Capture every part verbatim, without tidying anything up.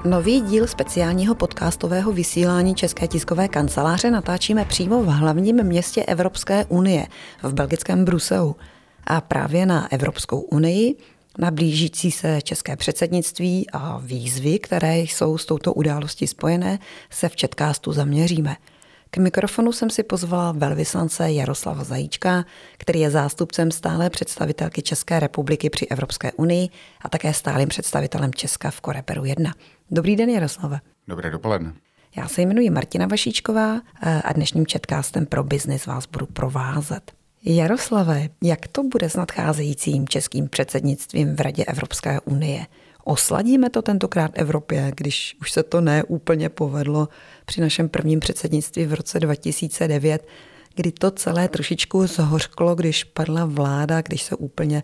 Nový díl speciálního podcastového vysílání České tiskové kanceláře natáčíme přímo v hlavním městě Evropské unie, v belgickém Bruselu. A právě na Evropskou unii, na blížící se české předsednictví a výzvy, které jsou s touto událostí spojené, se v Četcastu zaměříme. K mikrofonu jsem si pozvala velvyslance Jaroslava Zajíčka, který je zástupcem stálé představitelky České republiky při Evropské unii a také stálým představitelem Česka v Coreperu jedna. Dobrý den, Jaroslave. Dobré dopoledne. Já se jmenuji Martina Vašíčková a dnešním Četcastem pro biznis vás budu provázet. Jaroslave, jak to bude s nadcházejícím českým předsednictvím v Radě Evropské unie? Osladíme to tentokrát Evropě, když už se to ne úplně povedlo při našem prvním předsednictví v roce dva tisíce devět, kdy to celé trošičku zhořklo, když padla vláda, když se úplně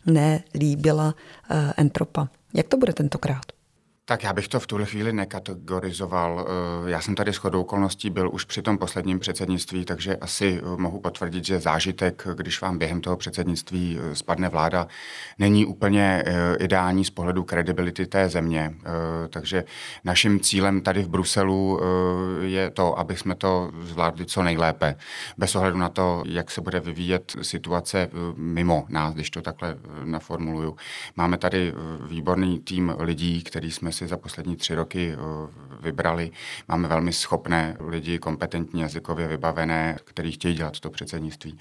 nelíbila uh, Entropa. Jak to bude tentokrát? Tak já bych to v tuhle chvíli nekategorizoval. Já jsem tady shodou okolností byl už při tom posledním předsednictví, takže asi mohu potvrdit, že zážitek, když vám během toho předsednictví spadne vláda, není úplně ideální z pohledu kredibility té země. Takže naším cílem tady v Bruselu je to, aby jsme to zvládli co nejlépe. Bez ohledu na to, jak se bude vyvíjet situace mimo nás, když to takhle naformuluju. Máme tady výborný tým lidí, který jsme si za poslední tři roky vybrali. Máme velmi schopné lidi, kompetentní, jazykově vybavené, kteří chtějí dělat to předsednictví.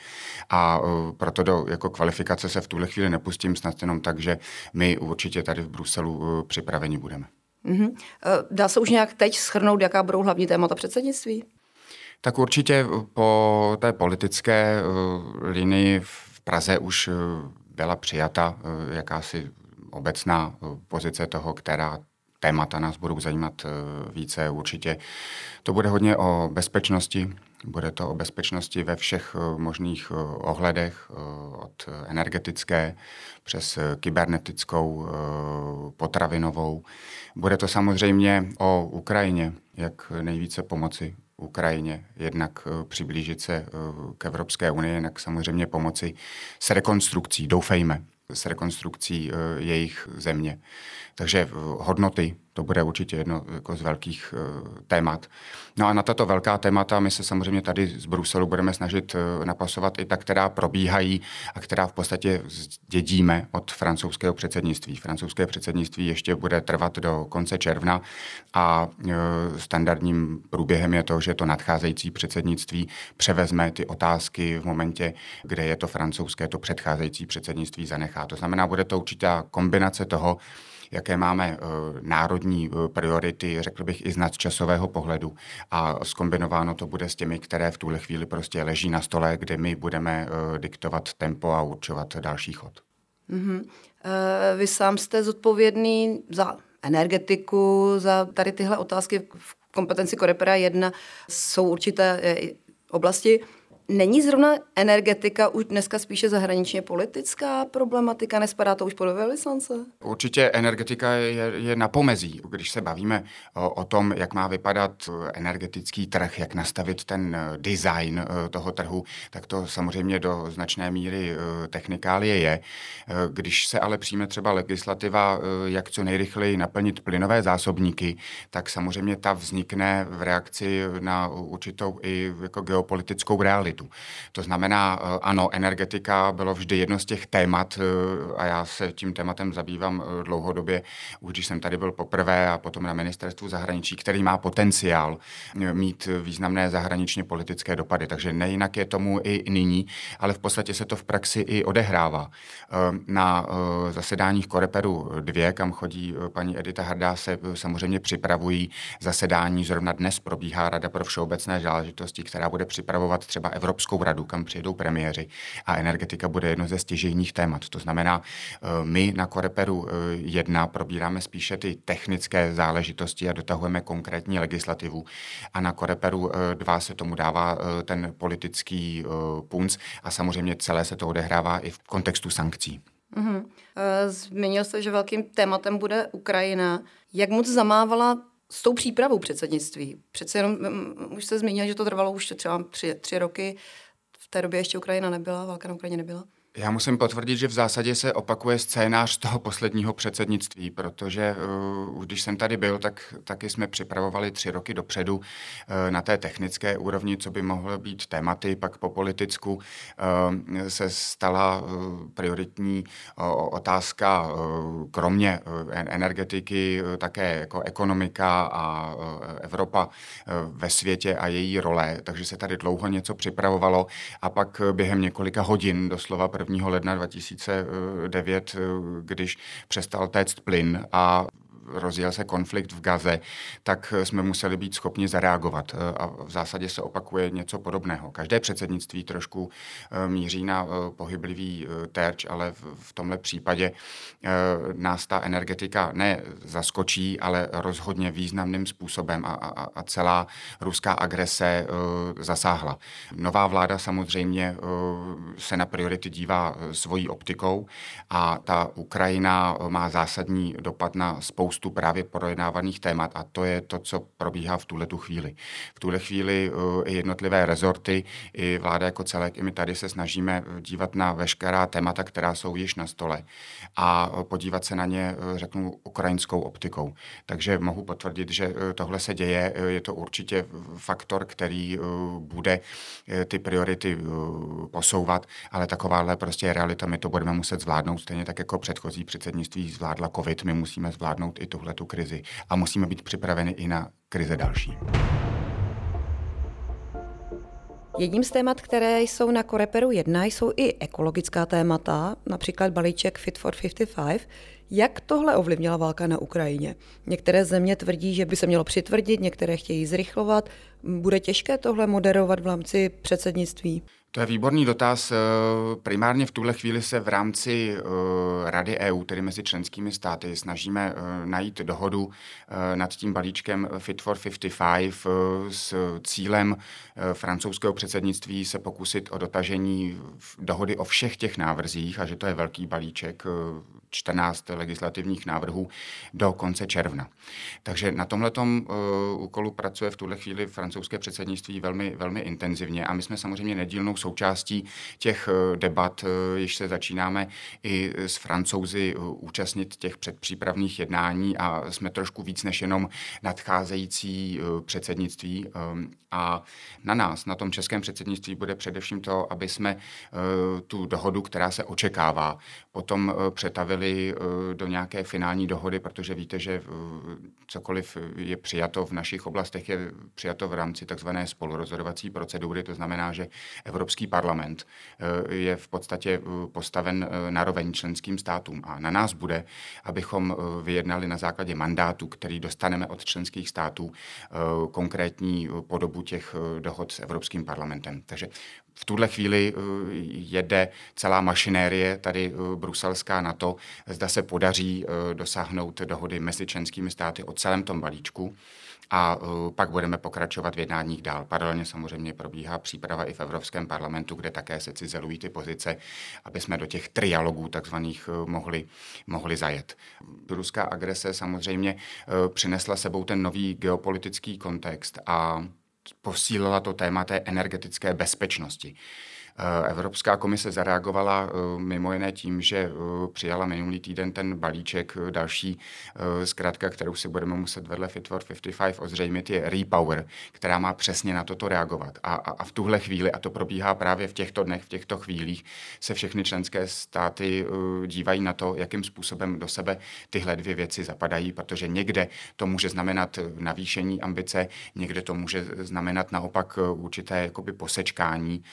A proto do jako kvalifikace se v tuhle chvíli nepustím, snad jenom tak, že my určitě tady v Bruselu připraveni budeme. Mm-hmm. Dá se už nějak teď shrnout, jaká budou hlavní témata předsednictví? Tak určitě po té politické linii v Praze už byla přijata jakási obecná pozice toho, která témata nás budou zajímat více určitě. To bude hodně o bezpečnosti. Bude to o bezpečnosti ve všech možných ohledech, od energetické přes kybernetickou, potravinovou. Bude to samozřejmě o Ukrajině, jak nejvíce pomoci Ukrajině, jednak přiblížit se k Evropské unii, jednak samozřejmě pomoci s rekonstrukcí, doufejme, s rekonstrukcí jejich země. Takže hodnoty, to bude určitě jedno jako z velkých uh, témat. No a na tato velká témata my se samozřejmě tady z Bruselu budeme snažit uh, napasovat i ta, která probíhají a která v podstatě zdědíme od francouzského předsednictví. Francouzské předsednictví ještě bude trvat do konce června a uh, standardním průběhem je to, že to nadcházející předsednictví převezme ty otázky v momentě, kde je to francouzské, to předcházející předsednictví zanechá. To znamená, bude to určitá kombinace toho, jaké máme uh, národní uh, priority, řekl bych i z nadčasového pohledu a zkombinováno to bude s těmi, které v tuhle chvíli prostě leží na stole, kde my budeme uh, diktovat tempo a určovat další chod. Mm-hmm. Uh, vy sám jste zodpovědný za energetiku, za tady tyhle otázky v kompetenci Corepera jedna jsou určité uh, oblasti. Není zrovna energetika už dneska spíše zahraničně politická problematika? Nespadá to už pod velvyslance? Určitě energetika je, je na pomezí. Když se bavíme o, o tom, jak má vypadat energetický trh, jak nastavit ten design toho trhu, tak to samozřejmě do značné míry technikálie je. Když se ale přijme třeba legislativa, jak co nejrychleji naplnit plynové zásobníky, tak samozřejmě ta vznikne v reakci na určitou i jako geopolitickou realitu. To znamená, ano, energetika bylo vždy jedno z těch témat a já se tím tématem zabývám dlouhodobě, už když jsem tady byl poprvé a potom na ministerstvu zahraničí, který má potenciál mít významné zahraničně politické dopady. Takže nejinak je tomu i nyní, ale v podstatě se to v praxi i odehrává. Na zasedáních Coreperu dva, kam chodí paní Edita Hrdá, se samozřejmě připravují zasedání. Zrovna dnes probíhá Rada pro všeobecné záležitosti, která bude připravovat třeba Evropskou radu, kam přijedou premiéři a energetika bude jedno ze stěžejních témat. To znamená, my na Coreperu jedna probíráme spíše ty technické záležitosti a dotahujeme konkrétní legislativu a na Coreperu dva se tomu dává ten politický punc a samozřejmě celé se to odehrává i v kontextu sankcí. Mm-hmm. Zmínil jste, že velkým tématem bude Ukrajina. Jak moc zamávala s tou přípravou předsednictví? Přece jenom, už jste zmínil, že to trvalo už třeba tři, tři roky. V té době ještě Ukrajina nebyla, válka na Ukrajině nebyla. Já musím potvrdit, že v zásadě se opakuje scénář toho posledního předsednictví, protože uh, když jsem tady byl, tak taky jsme připravovali tři roky dopředu uh, na té technické úrovni, co by mohlo být tématy, pak po politicku uh, se stala uh, prioritní uh, otázka uh, kromě uh, energetiky, uh, také jako ekonomika a uh, Evropa uh, ve světě a její role, takže se tady dlouho něco připravovalo a pak uh, během několika hodin doslova prvního ledna dva tisíce devět, když přestal téct plyn a rozjel se konflikt v Gaze, tak jsme museli být schopni zareagovat. A v zásadě se opakuje něco podobného. Každé předsednictví trošku míří na pohyblivý terč, ale v tomhle případě nás ta energetika ne zaskočí, ale rozhodně významným způsobem a, a, a celá ruská agrese zasáhla. Nová vláda samozřejmě se na priority dívá svojí optikou a ta Ukrajina má zásadní dopad na spoustu právě projednávaných témat a to je to, co probíhá v tuhletu chvíli. V tuhle chvíli i jednotlivé rezorty, i vláda jako celek, i my tady se snažíme dívat na veškerá témata, která jsou již na stole a podívat se na ně, řeknu, ukrajinskou optikou. Takže mohu potvrdit, že tohle se děje, je to určitě faktor, který bude ty priority posouvat, ale takováhle prostě je realita, my to budeme muset zvládnout, stejně tak jako předchozí předsednictví zvládla covid, my musíme zvládnout i tuhletu krizi a musíme být připraveni i na krize další. Jedním z témat, které jsou na Coreperu jedna, jsou i ekologická témata, například balíček Fit for padesát pět. Jak tohle ovlivnila válka na Ukrajině? Některé země tvrdí, že by se mělo přitvrdit, některé chtějí zrychlovat. Bude těžké tohle moderovat v rámci předsednictví? To je výborný dotaz. Primárně v tuhle chvíli se v rámci Rady E U, tedy mezi členskými státy, snažíme najít dohodu nad tím balíčkem Fit for padesát pět s cílem francouzského předsednictví se pokusit o dotažení dohody o všech těch návrzích, a že to je velký balíček, čtrnáct legislativních návrhů do konce června. Takže na tomhletom úkolu pracuje v tuhle chvíli francouzské předsednictví velmi, velmi intenzivně a my jsme samozřejmě nedílnou součástí těch debat, již se začínáme i s Francouzi účastnit těch předpřípravných jednání a jsme trošku víc než jenom nadcházející předsednictví. A na nás, na tom českém předsednictví, bude především to, aby jsme tu dohodu, která se očekává, potom přetavili do nějaké finální dohody, protože víte, že cokoliv je přijato v našich oblastech, je přijato v rámci takzvané spolurozhodovací procedury, to znamená, že Evropský parlament je v podstatě postaven naroveň členským státům a na nás bude, abychom vyjednali na základě mandátu, který dostaneme od členských států, konkrétní podobu těch dohod s Evropským parlamentem. Takže v tuhle chvíli jede celá mašinérie tady bruselská na to, zda se podaří dosáhnout dohody mezi členskými státy o celém tom balíčku a pak budeme pokračovat v jednáních dál. Paralelně samozřejmě probíhá příprava i v Evropském parlamentu, kde také se cizelují ty pozice, aby jsme do těch trialogů takzvaných mohli, mohli zajet. Ruská agrese samozřejmě přinesla sebou ten nový geopolitický kontext a posílila to téma té energetické bezpečnosti. Evropská komise zareagovala mimo jiné tím, že přijala minulý týden ten balíček další zkratka, kterou si budeme muset vedle Fit for padesát pět ozřejmit, je Repower, která má přesně na toto reagovat. A, a, a v tuhle chvíli, a to probíhá právě v těchto dnech, v těchto chvílích, se všechny členské státy dívají na to, jakým způsobem do sebe tyhle dvě věci zapadají, protože někde to může znamenat navýšení ambice, někde to může znamenat naopak určité jakoby posečkání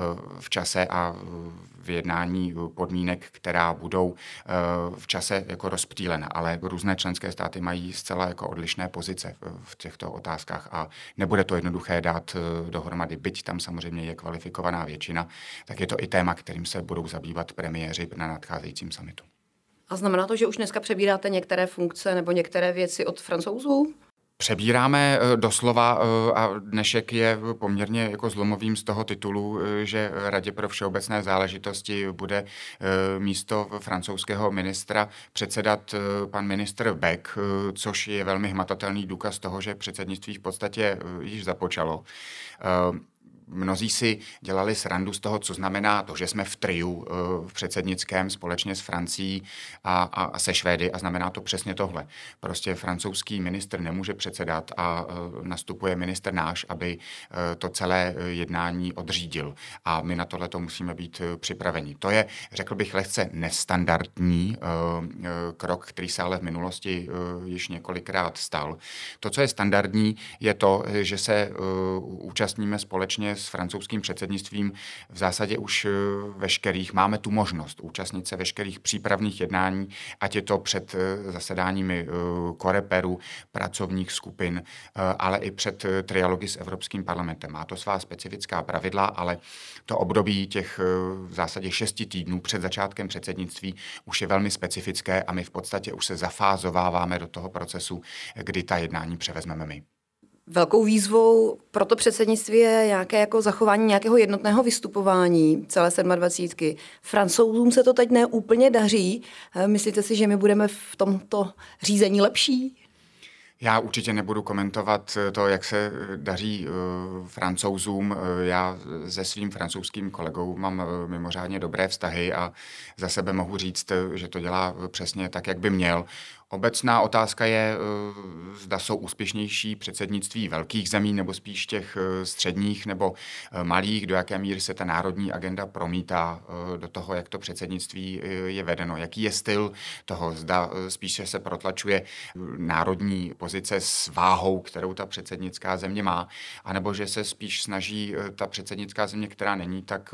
v čase a v jednání podmínek, která budou v čase jako rozptýlena. Ale různé členské státy mají zcela jako odlišné pozice v těchto otázkách a nebude to jednoduché dát dohromady, byť tam samozřejmě je kvalifikovaná většina, tak je to i téma, kterým se budou zabývat premiéři na nadcházejícím summitu. A znamená to, že už dneska přebíráte některé funkce nebo některé věci od Francouzů? Přebíráme doslova a dnešek je poměrně jako zlomovým z toho titulu, že Radě pro všeobecné záležitosti bude místo francouzského ministra předsedat pan ministr Beck, což je velmi hmatatelný důkaz toho, že předsednictví v podstatě již započalo. mnozí si dělali srandu z toho, co znamená to, že jsme v triu v předsednickém společně s Francií a, a, a se Švédy a znamená to přesně tohle. Prostě francouzský ministr nemůže předsedat a nastupuje ministr náš, aby to celé jednání odřídil. A my na tohle to musíme být připraveni. To je, řekl bych, lehce nestandardní krok, který se ale v minulosti již několikrát stal. To, co je standardní, je to, že se účastníme společně s francouzským předsednictvím v zásadě už veškerých, máme tu možnost účastnit se veškerých přípravných jednání, ať je to před zasedáními koreperu, pracovních skupin, ale i před trialogy s Evropským parlamentem. Má to svá specifická pravidla, ale to období těch v zásadě šesti týdnů před začátkem předsednictví už je velmi specifické a my v podstatě už se zafázováváme do toho procesu, kdy ta jednání převezmeme my. Velkou výzvou pro to předsednictví je nějaké jako zachování nějakého jednotného vystupování celé sedmadvacítky. Francouzům se to teď neúplně daří. Myslíte si, že my budeme v tomto řízení lepší? Já určitě nebudu komentovat to, jak se daří uh, Francouzům. Já se svým francouzským kolegou mám uh, mimořádně dobré vztahy a za sebe mohu říct, že to dělá přesně tak, jak by měl. Obecná otázka je, zda jsou úspěšnější předsednictví velkých zemí nebo spíš těch středních nebo malých, do jaké míry se ta národní agenda promítá do toho, jak to předsednictví je vedeno, jaký je styl toho, zda spíše se protlačuje národní pozice s váhou, kterou ta předsednická země má, anebo že se spíš snaží ta předsednická země, která není tak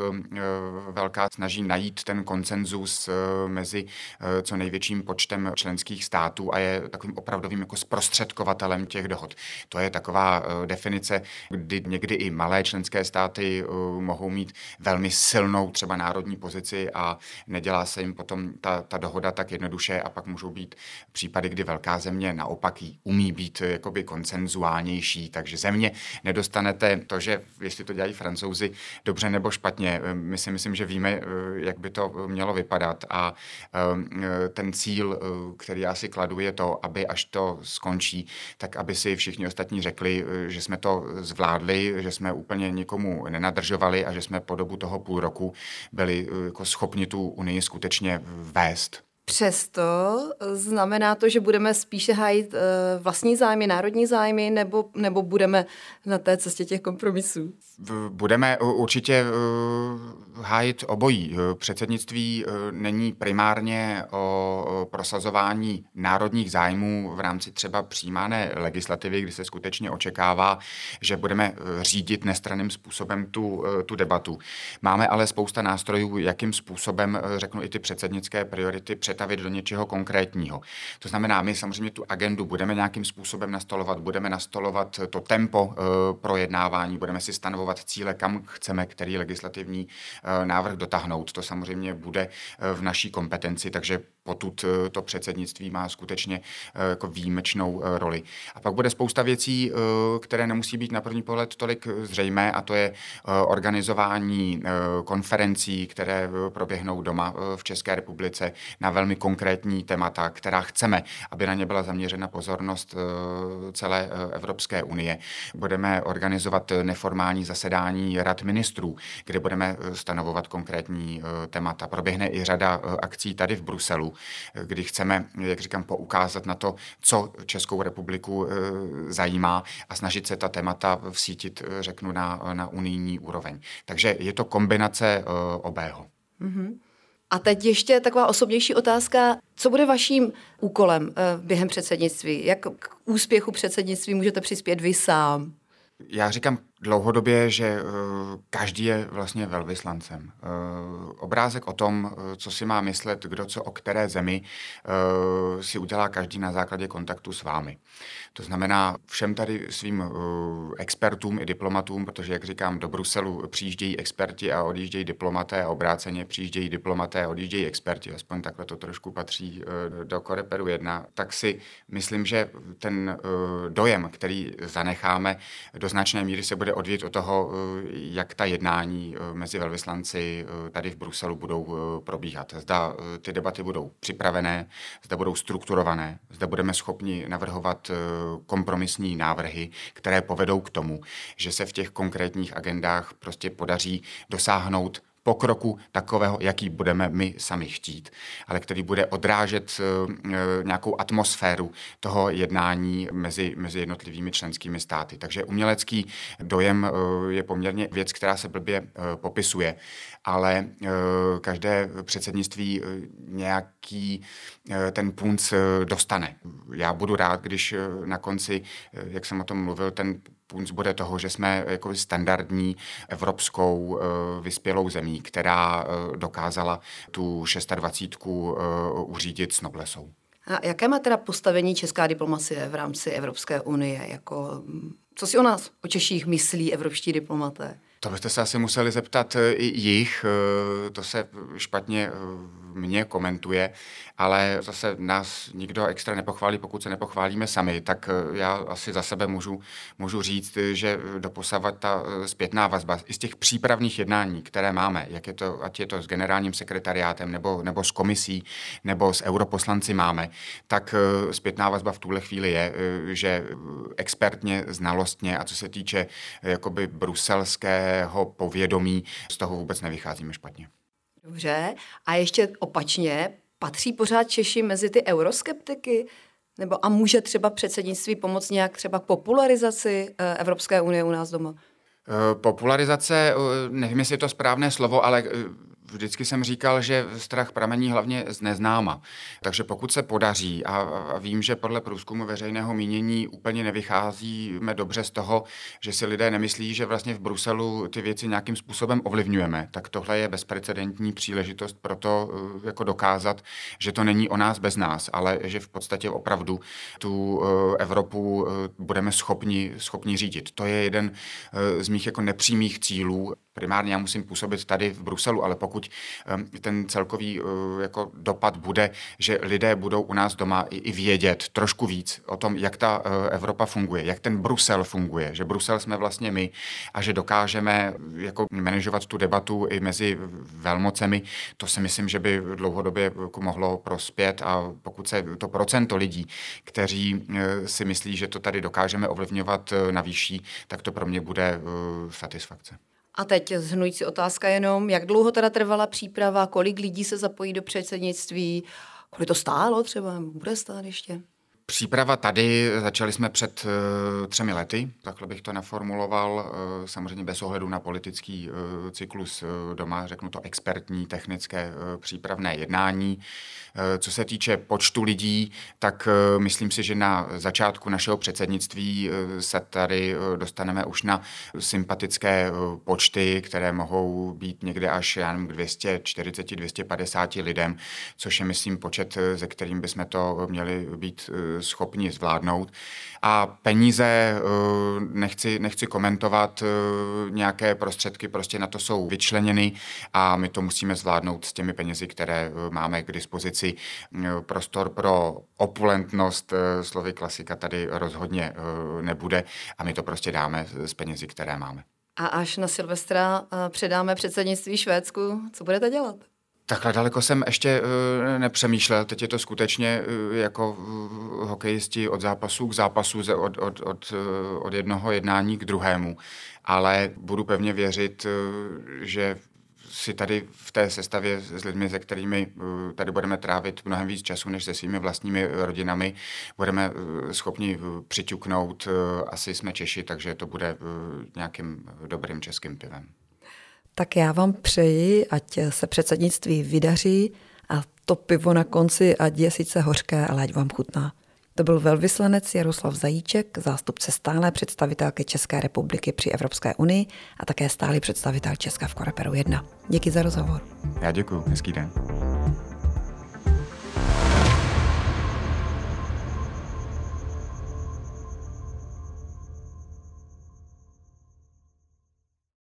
velká, snaží najít ten konsenzus mezi co největším počtem členských států a je takovým opravdovým jako zprostředkovatelem těch dohod. To je taková uh, definice, kdy někdy i malé členské státy uh, mohou mít velmi silnou třeba národní pozici a nedělá se jim potom ta, ta dohoda tak jednoduše a pak můžou být případy, kdy velká země naopak jí umí být jakoby konsenzuálnější, takže země nedostanete to, že jestli to dělají Francouzi dobře nebo špatně. My si myslím, že víme, jak by to mělo vypadat a uh, ten cíl, uh, který já si kladu, je to, aby až to skončí, tak aby si všichni ostatní řekli, že jsme to zvládli, že jsme úplně nikomu nenadržovali a že jsme po dobu toho půl roku byli jako schopni tu unii skutečně vést. Přesto znamená to, že budeme spíše hájit vlastní zájmy, národní zájmy, nebo, nebo budeme na té cestě těch kompromisů? Budeme určitě hájit obojí. Předsednictví není primárně o prosazování národních zájmů v rámci třeba přijímané legislativy, kdy se skutečně očekává, že budeme řídit nestranným způsobem tu, tu debatu. Máme ale spousta nástrojů, jakým způsobem, řeknu, i ty předsednické priority přetavit do něčeho konkrétního. To znamená, my samozřejmě tu agendu budeme nějakým způsobem nastolovat, budeme nastolovat to tempo e, projednávání, budeme si stanovovat cíle, kam chceme, který legislativní e, návrh dotáhnout. To samozřejmě bude e, v naší kompetenci, takže potud e, to předsednictví má skutečně e, jako výjimečnou e, roli. A pak bude spousta věcí, e, které nemusí být na první pohled tolik zřejmé, a to je e, organizování e, konferencí, které e, proběhnou doma e, v České republice na velmi konkrétní témata, která chceme, aby na ně byla zaměřena pozornost celé Evropské unie. Budeme organizovat neformální zasedání rad ministrů, kde budeme stanovovat konkrétní témata. Proběhne i řada akcí tady v Bruselu, kdy chceme, jak říkám, poukázat na to, co Českou republiku zajímá a snažit se ta témata vsítit, řeknu, na, na unijní úroveň. Takže je to kombinace obého. Mm-hmm. A teď ještě taková osobnější otázka. Co bude vaším úkolem během předsednictví? Jak k úspěchu předsednictví můžete přispět vy sám? Já říkám dlouhodobě, že uh, každý je vlastně velvyslancem. Uh, obrázek o tom, uh, co si má myslet, kdo co o které zemi, uh, si udělá každý na základě kontaktu s vámi. To znamená všem tady svým uh, expertům i diplomatům, protože, jak říkám, do Bruselu přijíždějí experti a odjíždějí diplomaté a obráceně přijíždějí diplomaté a odjíždějí experti. Aspoň takhle to trošku patří uh, do Koreperu jedna. Tak si myslím, že ten uh, dojem, který zanecháme, do značné míry se bude bude odvíjet od toho, jak ta jednání mezi velvyslanci tady v Bruselu budou probíhat. Zda ty debaty budou připravené, zda budou strukturované, zda budeme schopni navrhovat kompromisní návrhy, které povedou k tomu, že se v těch konkrétních agendách prostě podaří dosáhnout pokroku takového, jaký budeme my sami chtít, ale který bude odrážet e, nějakou atmosféru toho jednání mezi, mezi jednotlivými členskými státy. Takže umělecký dojem e, je poměrně věc, která se blbě e, popisuje, ale e, každé předsednictví e, nějaký e, ten punc e, dostane. Já budu rád, když e, na konci, e, jak jsem o tom mluvil, ten punc bude toho, že jsme jako standardní evropskou e, vyspělou zemí, která e, dokázala tu dvacítku e, uřídit s noblesou. A jaké má teda postavení česká diplomacie v rámci Evropské unie? Jako, co si o nás, o Češích, myslí evropští diplomaté? To byste se asi museli zeptat i jich, to se špatně mě komentuje, ale zase nás nikdo extra nepochválí, pokud se nepochválíme sami, tak já asi za sebe můžu, můžu říct, že doposavat ta zpětná vazba i z těch přípravných jednání, které máme, jak je to, ať je to s generálním sekretariátem, nebo, nebo s komisí, nebo s europoslanci máme, tak zpětná vazba v tuhle chvíli je, že expertně, znalostně a co se týče jakoby bruselského povědomí, z toho vůbec nevycházíme špatně. Dobře. A ještě opačně, patří pořád Češi mezi ty euroskeptiky? Nebo a může třeba předsednictví pomoct nějak třeba k popularizaci Evropské unie u nás doma? Popularizace, nevím, jestli je to správné slovo, ale vždycky jsem říkal, že strach pramení hlavně z neznáma. Takže pokud se podaří, a, a vím, že podle průzkumu veřejného mínění úplně nevycházíme dobře z toho, že si lidé nemyslí, že vlastně v Bruselu ty věci nějakým způsobem ovlivňujeme, tak tohle je bezprecedentní příležitost pro to jako dokázat, že to není o nás bez nás, ale že v podstatě opravdu tu Evropu budeme schopni, schopni řídit. To je jeden z mých jako nepřímých cílů. Primárně já musím působit tady v Bruselu, ale pokud ten celkový jako dopad bude, že lidé budou u nás doma i, i vědět trošku víc o tom, jak ta Evropa funguje, jak ten Brusel funguje, že Brusel jsme vlastně my a že dokážeme jako manažovat tu debatu i mezi velmocemi, to si myslím, že by dlouhodobě jako mohlo prospět a pokud se to procento lidí, kteří si myslí, že to tady dokážeme ovlivňovat, navýší, tak to pro mě bude satisfakce. A teď zhrnující otázka jenom, jak dlouho teda trvala příprava, kolik lidí se zapojí do předsednictví, kolik to stálo třeba, bude stát ještě? Příprava tady, začali jsme před uh, třemi lety, takhle bych to naformuloval, uh, samozřejmě bez ohledu na politický uh, cyklus uh, doma, řeknu to expertní, technické uh, přípravné jednání. Uh, co se týče počtu lidí, tak uh, myslím si, že na začátku našeho předsednictví uh, se tady uh, dostaneme už na sympatické uh, počty, které mohou být někde až já nevím, dvě stě čtyřicet až dvě stě padesát lidem, což je myslím počet, se kterým bychom to měli být uh, schopni zvládnout. A peníze nechci, nechci komentovat, nějaké prostředky prostě na to jsou vyčleněny a my to musíme zvládnout s těmi penězi, které máme k dispozici. Prostor pro opulentnost, slovy klasika, tady rozhodně nebude a my to prostě dáme z penězi, které máme. A až na Silvestra předáme předsednictví Švédsku, co budete dělat? Takhle daleko jsem ještě uh, nepřemýšlel. Teď je to skutečně uh, jako uh, hokejisti od zápasu k zápasu, od, od, od, uh, od jednoho jednání k druhému. Ale budu pevně věřit, uh, že si tady v té sestavě s lidmi, se kterými uh, tady budeme trávit mnohem víc času než se svými vlastními rodinami, budeme uh, schopni uh, přiťuknout. Uh, asi jsme Češi, takže to bude uh, nějakým dobrým českým pivem. Tak já vám přeji, ať se předsednictví vydaří a to pivo na konci, ať je sice hořké, ale ať vám chutná. To byl velvyslanec Jaroslav Zajíček, zástupce stálé představitelky České republiky při Evropské unii a také stálý představitel Česka v Coreperu jedna. Díky za rozhovor. Já děkuji, hezký den.